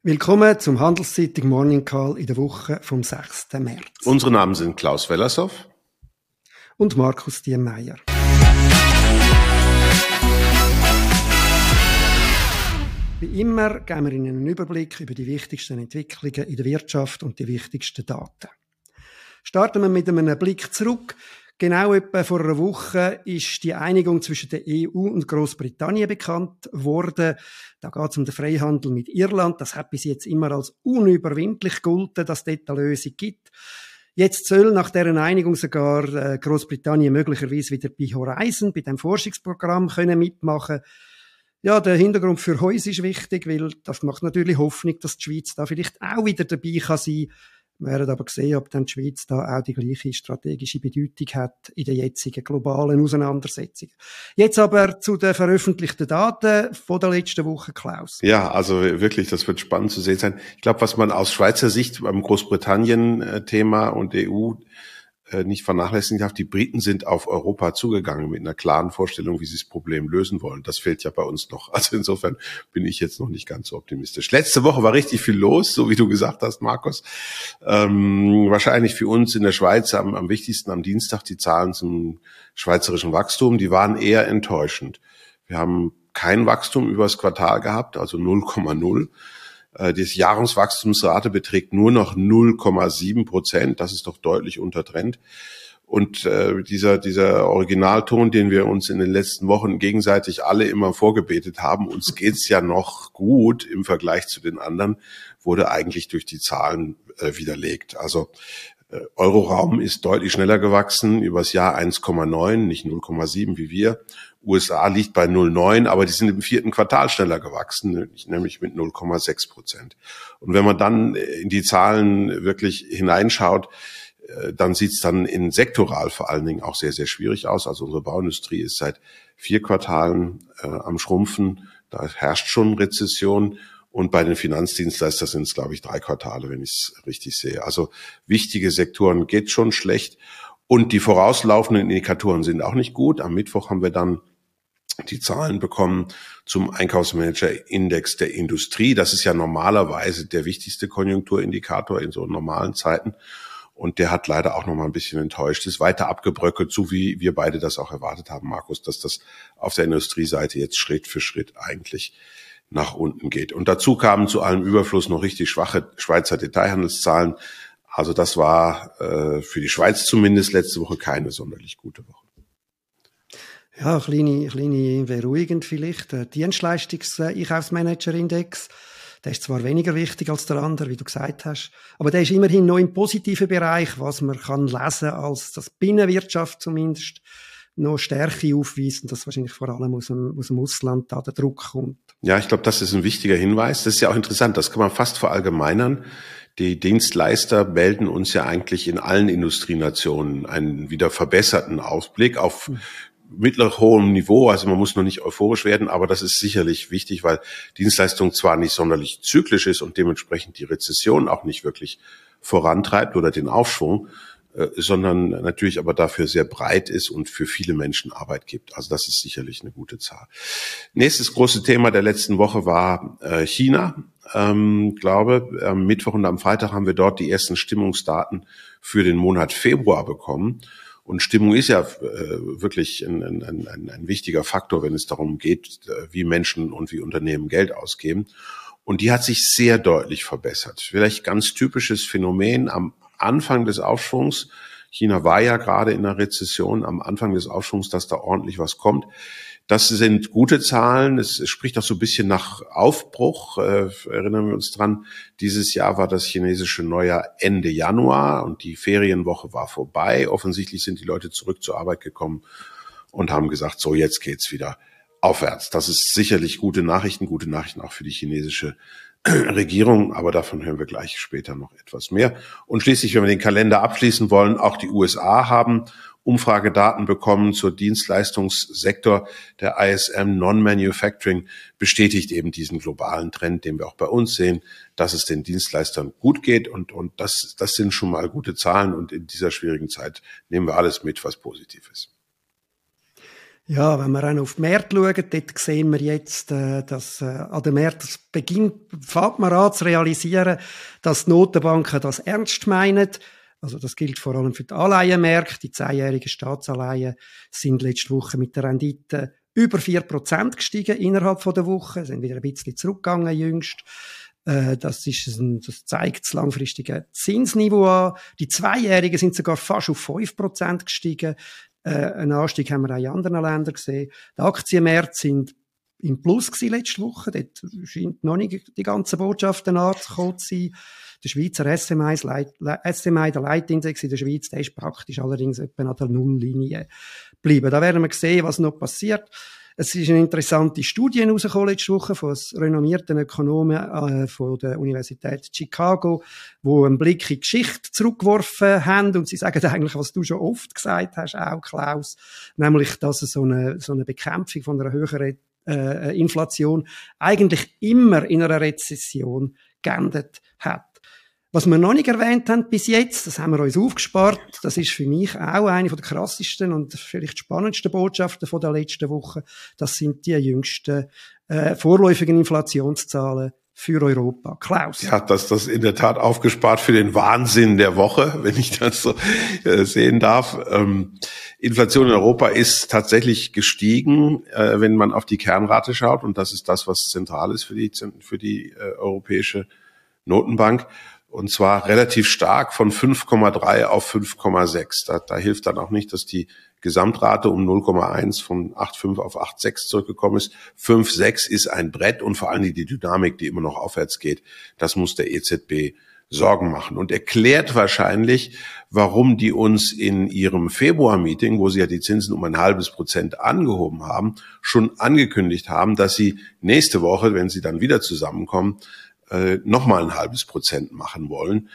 Willkommen zum Handelszeitung Morning Call in der Woche vom 6. März. Unsere Namen sind Klaus Wellershoff und Markus Diemeyer. Wie immer geben wir Ihnen einen Überblick über die wichtigsten Entwicklungen in der Wirtschaft und die wichtigsten Daten. Starten wir mit einem Blick zurück. Genau etwa vor einer Woche ist die Einigung zwischen der EU und Großbritannien bekannt worden. Da geht es um den Freihandel mit Irland. Das hat bis jetzt immer als unüberwindlich gegolten, dass es dort eine Lösung gibt. Jetzt soll nach deren Einigung sogar Großbritannien möglicherweise wieder bei Horizon, bei dem Forschungsprogramm, können mitmachen. Ja, der Hintergrund für uns ist wichtig, weil das macht natürlich Hoffnung, dass die Schweiz da vielleicht auch wieder dabei kann sein. Wir werden aber sehen, ob dann die Schweiz da auch die gleiche strategische Bedeutung hat in den jetzigen globalen Auseinandersetzungen. Jetzt aber zu den veröffentlichten Daten von der letzten Woche, Klaus. Ja, also wirklich, das wird spannend zu sehen sein. Ich glaube, was man aus Schweizer Sicht beim Großbritannien-Thema und EU nicht vernachlässigen darf, die Briten sind auf Europa zugegangen mit einer klaren Vorstellung, wie sie das Problem lösen wollen. Das fehlt ja bei uns noch. Also insofern bin ich jetzt noch nicht ganz so optimistisch. Letzte Woche war richtig viel los, so wie du gesagt hast, Markus. Wahrscheinlich für uns in der Schweiz am wichtigsten am Dienstag die Zahlen zum schweizerischen Wachstum. Die waren eher enttäuschend. Wir haben kein Wachstum übers Quartal gehabt, also 0,0. Die Jahreswachstumsrate beträgt nur noch 0,7%. Das ist doch deutlich unter Trend. Und dieser Originalton, den wir uns in den letzten Wochen gegenseitig alle immer vorgebetet haben, uns geht's ja noch gut im Vergleich zu den anderen, wurde eigentlich durch die Zahlen widerlegt. Also Euroraum ist deutlich schneller gewachsen, übers Jahr 1,9, nicht 0,7 wie wir. USA liegt bei 0,9, aber die sind im 4. Quartal schneller gewachsen, nämlich mit 0,6%. Und wenn man dann in die Zahlen wirklich hineinschaut, dann sieht's dann in sektoral vor allen Dingen auch sehr, sehr schwierig aus. Also unsere Bauindustrie ist seit 4 Quartalen am Schrumpfen, da herrscht schon Rezession. Und bei den Finanzdienstleistern sind es, glaube ich, 3 Quartale, wenn ich es richtig sehe. Also wichtige Sektoren geht schon schlecht. Und die vorauslaufenden Indikatoren sind auch nicht gut. Am Mittwoch haben wir dann die Zahlen bekommen zum Einkaufsmanager-Index der Industrie. Das ist ja normalerweise der wichtigste Konjunkturindikator in so normalen Zeiten. Und der hat leider auch noch mal ein bisschen enttäuscht. Ist weiter abgebröckelt, so wie wir beide das auch erwartet haben, Markus, dass das auf der Industrieseite jetzt Schritt für Schritt eigentlich nach unten geht. Und dazu kamen zu allem Überfluss noch richtig schwache Schweizer Detailhandelszahlen. Also das war für die Schweiz zumindest letzte Woche keine sonderlich gute Woche. Ja, kleine beruhigend vielleicht. Der Dienstleistungs-Einkaufsmanager-Index, der ist zwar weniger wichtig als der andere, wie du gesagt hast, aber der ist immerhin noch im positiven Bereich, was man kann lesen, als das Binnenwirtschaft zumindest noch Stärke aufweist und das wahrscheinlich vor allem aus dem Ausland da der Druck kommt. Ja, ich glaube, das ist ein wichtiger Hinweis. Das ist ja auch interessant, das kann man fast verallgemeinern. Die Dienstleister melden uns ja eigentlich in allen Industrienationen einen wieder verbesserten Ausblick auf mittlerhohem Niveau. Also man muss noch nicht euphorisch werden, aber das ist sicherlich wichtig, weil Dienstleistung zwar nicht sonderlich zyklisch ist und dementsprechend die Rezession auch nicht wirklich vorantreibt oder den Aufschwung, sondern natürlich aber dafür sehr breit ist und für viele Menschen Arbeit gibt. Also das ist sicherlich eine gute Zahl. Nächstes große Thema der letzten Woche war China. Glaube, am Mittwoch und am Freitag haben wir dort die ersten Stimmungsdaten für den Monat Februar bekommen. Und Stimmung ist ja wirklich ein wichtiger Faktor, wenn es darum geht, wie Menschen und wie Unternehmen Geld ausgeben. Und die hat sich sehr deutlich verbessert. Vielleicht ganz typisches Phänomen am Anfang des Aufschwungs. China war ja gerade in einer Rezession am Anfang des Aufschwungs, dass da ordentlich was kommt. Das sind gute Zahlen. Es spricht auch so ein bisschen nach Aufbruch. Erinnern wir uns dran, dieses Jahr war das chinesische Neujahr Ende Januar und die Ferienwoche war vorbei. Offensichtlich sind die Leute zurück zur Arbeit gekommen und haben gesagt, so jetzt geht's wieder aufwärts. Das ist sicherlich gute Nachrichten auch für die chinesische Regierung, aber davon hören wir gleich später noch etwas mehr. Und schließlich, wenn wir den Kalender abschließen wollen, auch die USA haben Umfragedaten bekommen zur Dienstleistungssektor. Der ISM Non-Manufacturing bestätigt eben diesen globalen Trend, den wir auch bei uns sehen, dass es den Dienstleistern gut geht und das sind schon mal gute Zahlen und in dieser schwierigen Zeit nehmen wir alles mit, was positiv ist. Ja, wenn wir auch auf die Märkte schauen, dort sehen wir jetzt, dass an den Märkten fängt man an zu realisieren, dass die Notenbanken das ernst meinen. Also das gilt vor allem für die Anleihenmärkte. Die 10-jährigen Staatsanleihen sind letzte Woche mit der Rendite über 4% gestiegen innerhalb der Woche, sind wieder ein bisschen zurückgegangen jüngst. Das zeigt das langfristige Zinsniveau an. Die 2-jährigen sind sogar fast auf 5% gestiegen. Einen Anstieg haben wir auch in anderen Ländern gesehen. Die Aktienmärkte sind im Plus gewesen letzte Woche. Dort scheint noch nicht die ganze Botschaft anzukommen zu sein. Der Schweizer SMI, der Leitindex in der Schweiz, der ist praktisch allerdings etwa an der Nulllinie geblieben. Da werden wir sehen, was noch passiert. Es ist eine interessante Studie herausgekommen letzte Woche von renommierten Ökonomen von der Universität Chicago, wo einen Blick in die Geschichte zurückgeworfen haben, und sie sagen eigentlich, was du schon oft gesagt hast, auch Klaus, nämlich, dass es so eine Bekämpfung von einer höheren Inflation eigentlich immer in einer Rezession geendet hat. Was wir noch nicht erwähnt haben bis jetzt, das haben wir uns aufgespart, das ist für mich auch eine der krassesten und vielleicht spannendsten Botschaften von der letzten Woche. Das sind die jüngsten vorläufigen Inflationszahlen für Europa. Klaus. Ja, das in der Tat aufgespart für den Wahnsinn der Woche, wenn ich das so sehen darf. Inflation in Europa ist tatsächlich gestiegen, wenn man auf die Kernrate schaut, und das ist das, was zentral ist für die Europäische Notenbank. Und zwar relativ stark von 5,3 auf 5,6. Da hilft dann auch nicht, dass die Gesamtrate um 0,1 von 8,5 auf 8,6 zurückgekommen ist. 5,6 ist ein Brett, und vor allem die Dynamik, die immer noch aufwärts geht, das muss der EZB Sorgen machen und erklärt wahrscheinlich, warum die uns in ihrem Februar-Meeting, wo sie ja die Zinsen um 0,5% angehoben haben, schon angekündigt haben, dass sie nächste Woche, wenn sie dann wieder zusammenkommen, nochmal 0,5% machen wollen.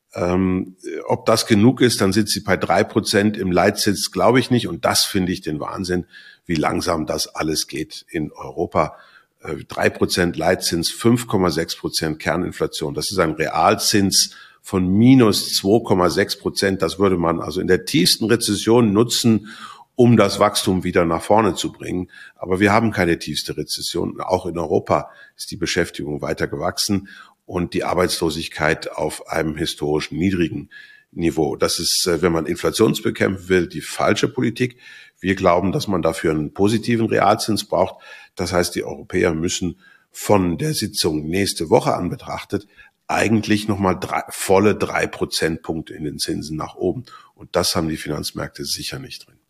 Ob das genug ist, dann sind sie bei 3% im Leitzins, glaube ich nicht. Und das finde ich den Wahnsinn, wie langsam das alles geht in Europa. 3% Leitzins, 5,6% Kerninflation. Das ist ein Realzins von minus 2,6%. Das würde man also in der tiefsten Rezession nutzen, um das Wachstum wieder nach vorne zu bringen. Aber wir haben keine tiefste Rezession. Auch in Europa ist die Beschäftigung weiter gewachsen und die Arbeitslosigkeit auf einem historisch niedrigen Niveau. Das ist, wenn man Inflation bekämpfen will, die falsche Politik. Wir glauben, dass man dafür einen positiven Realzins braucht. Das heißt, die Europäer müssen von der Sitzung nächste Woche an betrachtet eigentlich nochmal volle 3 Prozentpunkte in den Zinsen nach oben. Und das haben die Finanzmärkte sicher nicht drin.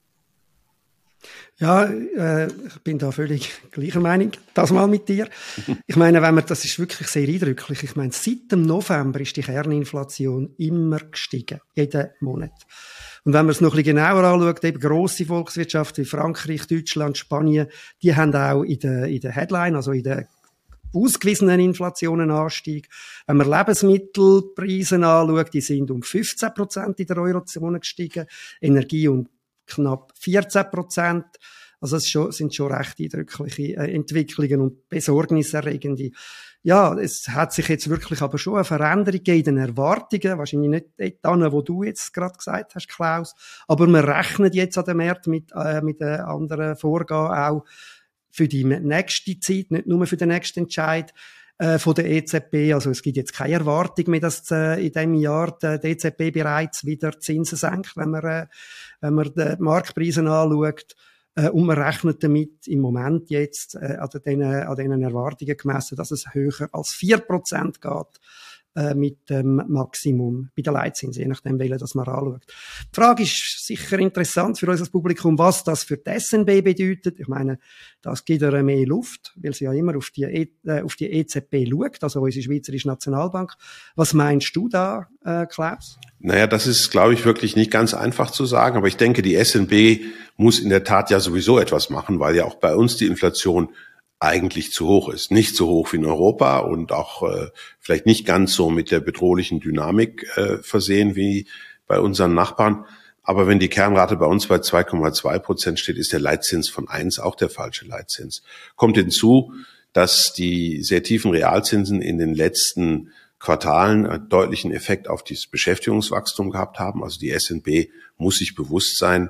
Ja, ich bin da völlig gleicher Meinung, das mal mit dir. Ich meine, das ist wirklich sehr eindrücklich. Ich meine, seit dem November ist die Kerninflation immer gestiegen. Jeden Monat. Und wenn man es noch ein bisschen genauer anschaut, eben grosse Volkswirtschaften wie Frankreich, Deutschland, Spanien, die haben auch in der Headline, also in der ausgewiesenen Inflation einen Anstieg. Wenn man Lebensmittelpreise anschaut, die sind um 15% in der Eurozone gestiegen, Energie um knapp 14%. Also es sind schon recht eindrückliche Entwicklungen und besorgniserregende. Ja, es hat sich jetzt wirklich aber schon eine Veränderung gegeben in den Erwartungen, wahrscheinlich nicht dort, wo du jetzt gerade gesagt hast, Klaus, aber wir rechnen jetzt an den Märkten mit anderen Vorgehen auch für die nächste Zeit, nicht nur für den nächsten Entscheid von der EZB. Also es gibt jetzt keine Erwartung mehr, dass in diesem Jahr die EZB bereits wieder Zinsen senkt, wenn man die Marktpreise anschaut. Und man rechnet damit im Moment jetzt an diesen Erwartungen gemessen, dass es höher als 4% geht mit dem Maximum bei der Leitzinsen, je nachdem, welchen das man anschaut. Die Frage ist sicher interessant für unser Publikum, was das für die SNB bedeutet. Ich meine, das gibt ja mehr Luft, weil sie ja immer auf die EZB schaut, also unsere Schweizerische Nationalbank. Was meinst du da, Klaus? Naja, das ist, glaube ich, wirklich nicht ganz einfach zu sagen, aber ich denke, die SNB muss in der Tat ja sowieso etwas machen, weil ja auch bei uns die Inflation eigentlich zu hoch ist. Nicht so hoch wie in Europa und auch vielleicht nicht ganz so mit der bedrohlichen Dynamik versehen wie bei unseren Nachbarn. Aber wenn die Kernrate bei uns bei 2,2% steht, ist der Leitzins von 1 auch der falsche Leitzins. Kommt hinzu, dass die sehr tiefen Realzinsen in den letzten Quartalen einen deutlichen Effekt auf das Beschäftigungswachstum gehabt haben. Also die SNB muss sich bewusst sein,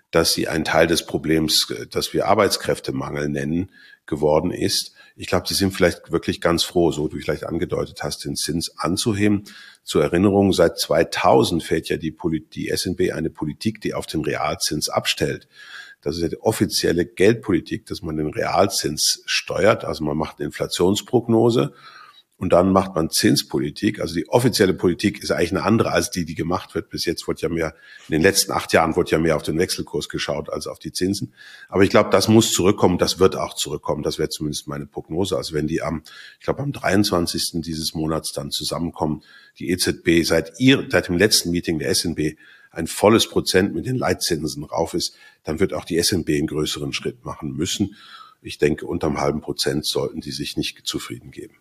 dass sie ein Teil des Problems, das wir Arbeitskräftemangel nennen, geworden ist. Ich glaube, sie sind vielleicht wirklich ganz froh, so wie du vielleicht angedeutet hast, den Zins anzuheben. Zur Erinnerung, seit 2000 fährt ja die SNB eine Politik, die auf den Realzins abstellt. Das ist ja die offizielle Geldpolitik, dass man den Realzins steuert. Also man macht eine Inflationsprognose und dann macht man Zinspolitik. Also die offizielle Politik ist eigentlich eine andere als die gemacht wird. Bis jetzt wurde ja mehr, in den letzten 8 Jahren wurde ja mehr auf den Wechselkurs geschaut als auf die Zinsen. Aber ich glaube, das muss zurückkommen. Das wird auch zurückkommen. Das wäre zumindest meine Prognose. Also wenn die am 23. dieses Monats dann zusammenkommen, die EZB seit dem letzten Meeting der SNB ein volles Prozent mit den Leitzinsen rauf ist, dann wird auch die SNB einen größeren Schritt machen müssen. Ich denke, unterm 0,5% sollten die sich nicht zufrieden geben.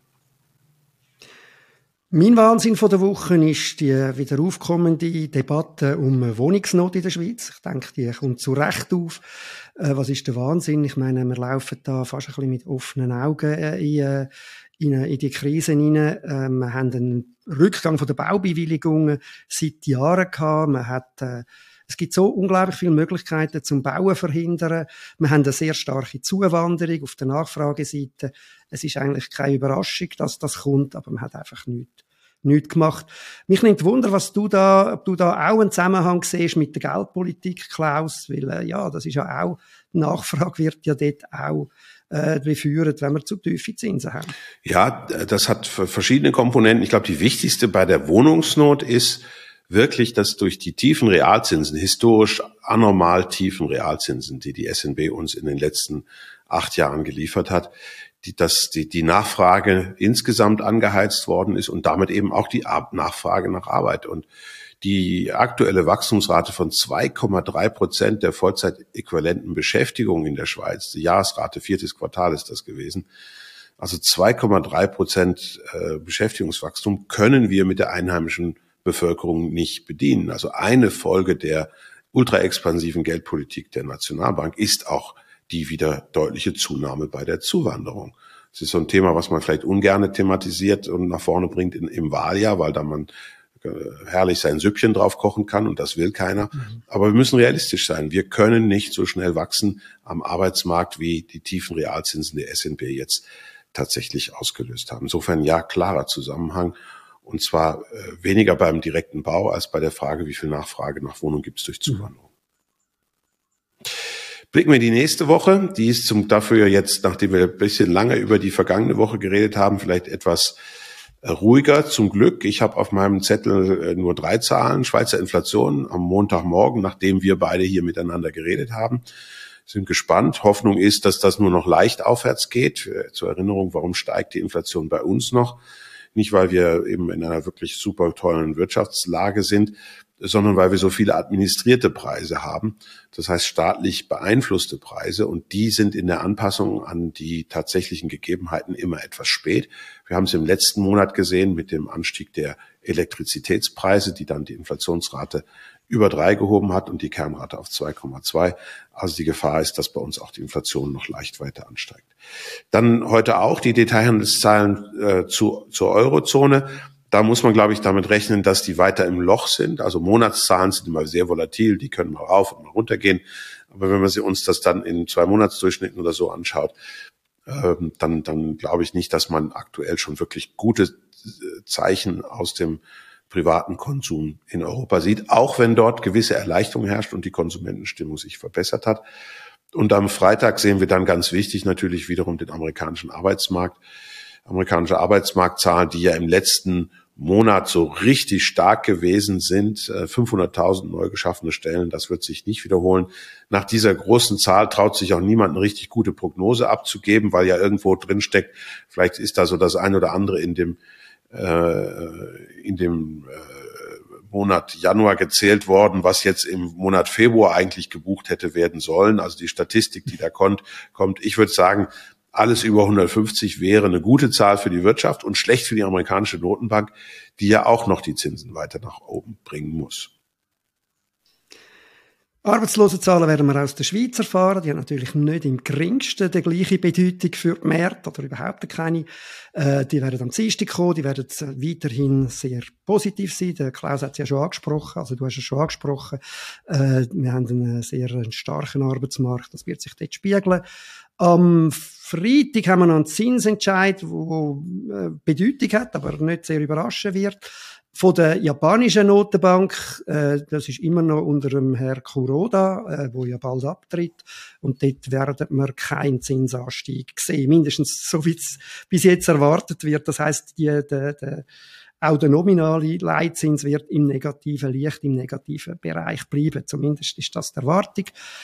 Mein Wahnsinn von der Woche ist die wieder aufkommende Debatte um Wohnungsnot in der Schweiz. Ich denke, die kommt zu Recht auf. Was ist der Wahnsinn? Ich meine, wir laufen da fast ein bisschen mit offenen Augen in die Krise hinein. Wir haben einen Rückgang von der Baubewilligungen seit Jahren gehabt. Es gibt so unglaublich viele Möglichkeiten zum Bauen verhindern. Wir haben eine sehr starke Zuwanderung auf der Nachfrageseite. Es ist eigentlich keine Überraschung, dass das kommt, aber man hat einfach nichts gemacht. Mich nimmt Wunder, ob du da auch einen Zusammenhang siehst mit der Geldpolitik, Klaus, weil das ist ja auch, die Nachfrage wird ja dort auch befeuert, wenn wir zu tiefe Zinsen haben. Ja, das hat verschiedene Komponenten. Ich glaube, die wichtigste bei der Wohnungsnot ist wirklich, dass durch die tiefen Realzinsen, historisch anormal tiefen Realzinsen, die SNB uns in den letzten 8 Jahren geliefert hat, die Nachfrage insgesamt angeheizt worden ist und damit eben auch die Nachfrage nach Arbeit. Und die aktuelle Wachstumsrate von 2,3% der vollzeitäquivalenten Beschäftigung in der Schweiz, die Jahresrate, 4. Quartal ist das gewesen, also 2,3% Beschäftigungswachstum können wir mit der einheimischen Bevölkerung nicht bedienen. Also eine Folge der ultraexpansiven Geldpolitik der Nationalbank ist auch die wieder deutliche Zunahme bei der Zuwanderung. Das ist so ein Thema, was man vielleicht ungerne thematisiert und nach vorne bringt im Wahljahr, weil da man herrlich sein Süppchen drauf kochen kann und das will keiner. Aber wir müssen realistisch sein. Wir können nicht so schnell wachsen am Arbeitsmarkt, wie die tiefen Realzinsen der SNB jetzt tatsächlich ausgelöst haben. Insofern ja, klarer Zusammenhang. Und zwar weniger beim direkten Bau als bei der Frage, wie viel Nachfrage nach Wohnung gibt es durch Zuwanderung. Blicken wir in die nächste Woche. Die ist dafür jetzt, nachdem wir ein bisschen lange über die vergangene Woche geredet haben, vielleicht etwas ruhiger, zum Glück. Ich habe auf meinem Zettel nur 3 Zahlen. Schweizer Inflation am Montagmorgen, nachdem wir beide hier miteinander geredet haben. Sind gespannt. Hoffnung ist, dass das nur noch leicht aufwärts geht. Zur Erinnerung, warum steigt die Inflation bei uns noch? Nicht, weil wir eben in einer wirklich super tollen Wirtschaftslage sind, sondern weil wir so viele administrierte Preise haben. Das heißt staatlich beeinflusste Preise und die sind in der Anpassung an die tatsächlichen Gegebenheiten immer etwas spät. Wir haben es im letzten Monat gesehen mit dem Anstieg der Elektrizitätspreise, die dann die Inflationsrate über 3 gehoben hat und die Kernrate auf 2,2. Also die Gefahr ist, dass bei uns auch die Inflation noch leicht weiter ansteigt. Dann heute auch die Detailhandelszahlen zur Eurozone. Da muss man, glaube ich, damit rechnen, dass die weiter im Loch sind. Also Monatszahlen sind immer sehr volatil, die können mal rauf und mal runter gehen. Aber wenn man uns das dann in 2 Monatsdurchschnitten oder so anschaut, dann glaube ich nicht, dass man aktuell schon wirklich gute Zeichen aus dem privaten Konsum in Europa sieht, auch wenn dort gewisse Erleichterung herrscht und die Konsumentenstimmung sich verbessert hat. Und am Freitag sehen wir dann ganz wichtig natürlich wiederum den amerikanischen Arbeitsmarkt. Amerikanische Arbeitsmarktzahlen, die ja im letzten Monat so richtig stark gewesen sind, 500.000 neu geschaffene Stellen, das wird sich nicht wiederholen. Nach dieser großen Zahl traut sich auch niemand eine richtig gute Prognose abzugeben, weil ja irgendwo drin steckt, vielleicht ist da so das ein oder andere in dem Monat Januar gezählt worden, was jetzt im Monat Februar eigentlich gebucht hätte werden sollen. Also die Statistik, die da kommt. Ich würde sagen, alles über 150 wäre eine gute Zahl für die Wirtschaft und schlecht für die amerikanische Notenbank, die ja auch noch die Zinsen weiter nach oben bringen muss. Arbeitslosenzahlen werden wir aus der Schweiz erfahren. Die haben natürlich nicht im geringsten die gleiche Bedeutung für die Märkte oder überhaupt keine. Die werden am Dienstag kommen. Die werden weiterhin sehr positiv sein. Der Klaus hat es ja schon angesprochen. Also du hast es schon angesprochen. Wir haben einen sehr starken Arbeitsmarkt. Das wird sich dort spiegeln. Am Freitag haben wir noch einen Zinsentscheid, der Bedeutung hat, aber nicht sehr überraschen wird. Von der japanischen Notenbank, das ist immer noch unter dem Herrn Kuroda, wo ja bald abtritt. Und dort werden wir keinen Zinsanstieg sehen. Mindestens so wie es bis jetzt erwartet wird. Das heisst, auch der nominale Leitzins wird leicht im negativen Bereich bleiben. Zumindest ist das die Erwartung.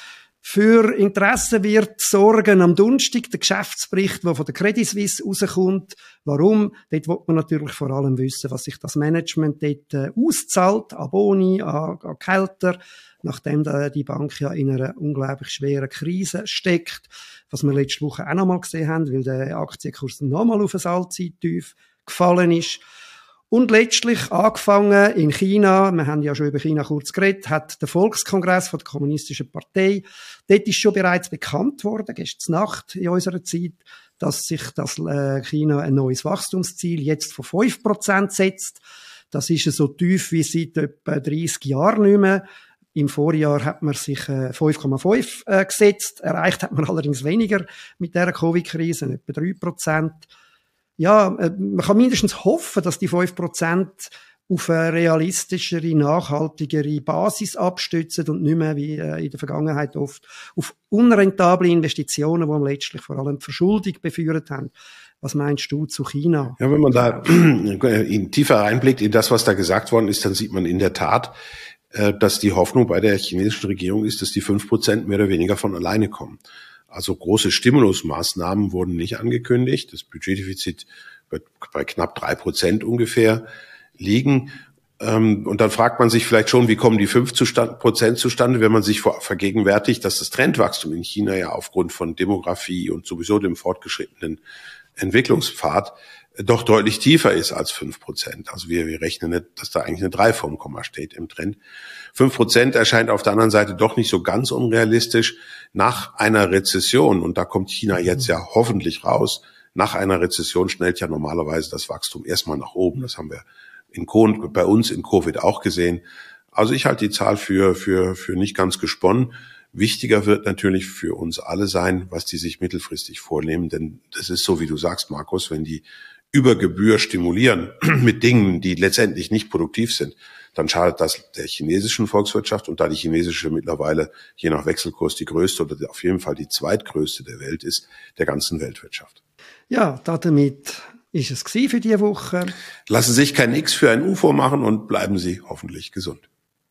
Für Interesse wird sorgen am Donnerstag der Geschäftsbericht, der von der Credit Suisse rauskommt. Warum? Dort will man natürlich vor allem wissen, was sich das Management dort auszahlt, an Boni, an Gehälter, nachdem die Bank ja in einer unglaublich schweren Krise steckt, was wir letzte Woche auch nochmal gesehen haben, weil der Aktienkurs nochmal auf ein Allzeittief gefallen ist. Und letztlich angefangen in China, wir haben ja schon über China kurz geredet, hat der Volkskongress von der Kommunistischen Partei, dort ist schon bereits bekannt worden, gestern Nacht in unserer Zeit, dass sich China ein neues Wachstumsziel jetzt von 5% setzt. Das ist so tief wie seit etwa 30 Jahren nicht mehr. Im Vorjahr hat man sich 5,5 gesetzt, erreicht hat man allerdings weniger mit dieser Covid-Krise, etwa 3%. Ja, man kann mindestens hoffen, dass die 5% auf eine realistischere, nachhaltigere Basis abstützen und nicht mehr wie in der Vergangenheit oft auf unrentable Investitionen, die letztlich vor allem die Verschuldung befeuert haben. Was meinst du zu China? Ja, wenn man da tiefer reinblickt in das, was da gesagt worden ist, dann sieht man in der Tat, dass die Hoffnung bei der chinesischen Regierung ist, dass die 5% mehr oder weniger von alleine kommen. Also große Stimulusmaßnahmen wurden nicht angekündigt. Das Budgetdefizit wird bei knapp 3% ungefähr liegen. Und dann fragt man sich vielleicht schon, wie kommen die 5% zustande, wenn man sich vergegenwärtigt, dass das Trendwachstum in China ja aufgrund von Demografie und sowieso dem fortgeschrittenen Entwicklungspfad doch deutlich tiefer ist als 5%. Also wir rechnen nicht, dass da eigentlich eine 3 vorm Komma steht im Trend. 5% erscheint auf der anderen Seite doch nicht so ganz unrealistisch. Nach einer Rezession, und da kommt China jetzt ja hoffentlich raus, nach einer Rezession schnellt ja normalerweise das Wachstum erstmal nach oben. Das haben wir bei uns in Covid auch gesehen. Also ich halte die Zahl für nicht ganz gesponnen. Wichtiger wird natürlich für uns alle sein, was die sich mittelfristig vornehmen. Denn das ist so, wie du sagst, Markus, wenn die über Gebühr stimulieren mit Dingen, die letztendlich nicht produktiv sind, dann schadet das der chinesischen Volkswirtschaft. Und da die chinesische mittlerweile je nach Wechselkurs die größte oder auf jeden Fall die zweitgrößte der Welt ist, der ganzen Weltwirtschaft. Ja, damit ist es für diese Woche. Lassen Sie sich kein X für ein U vormachen und bleiben Sie hoffentlich gesund.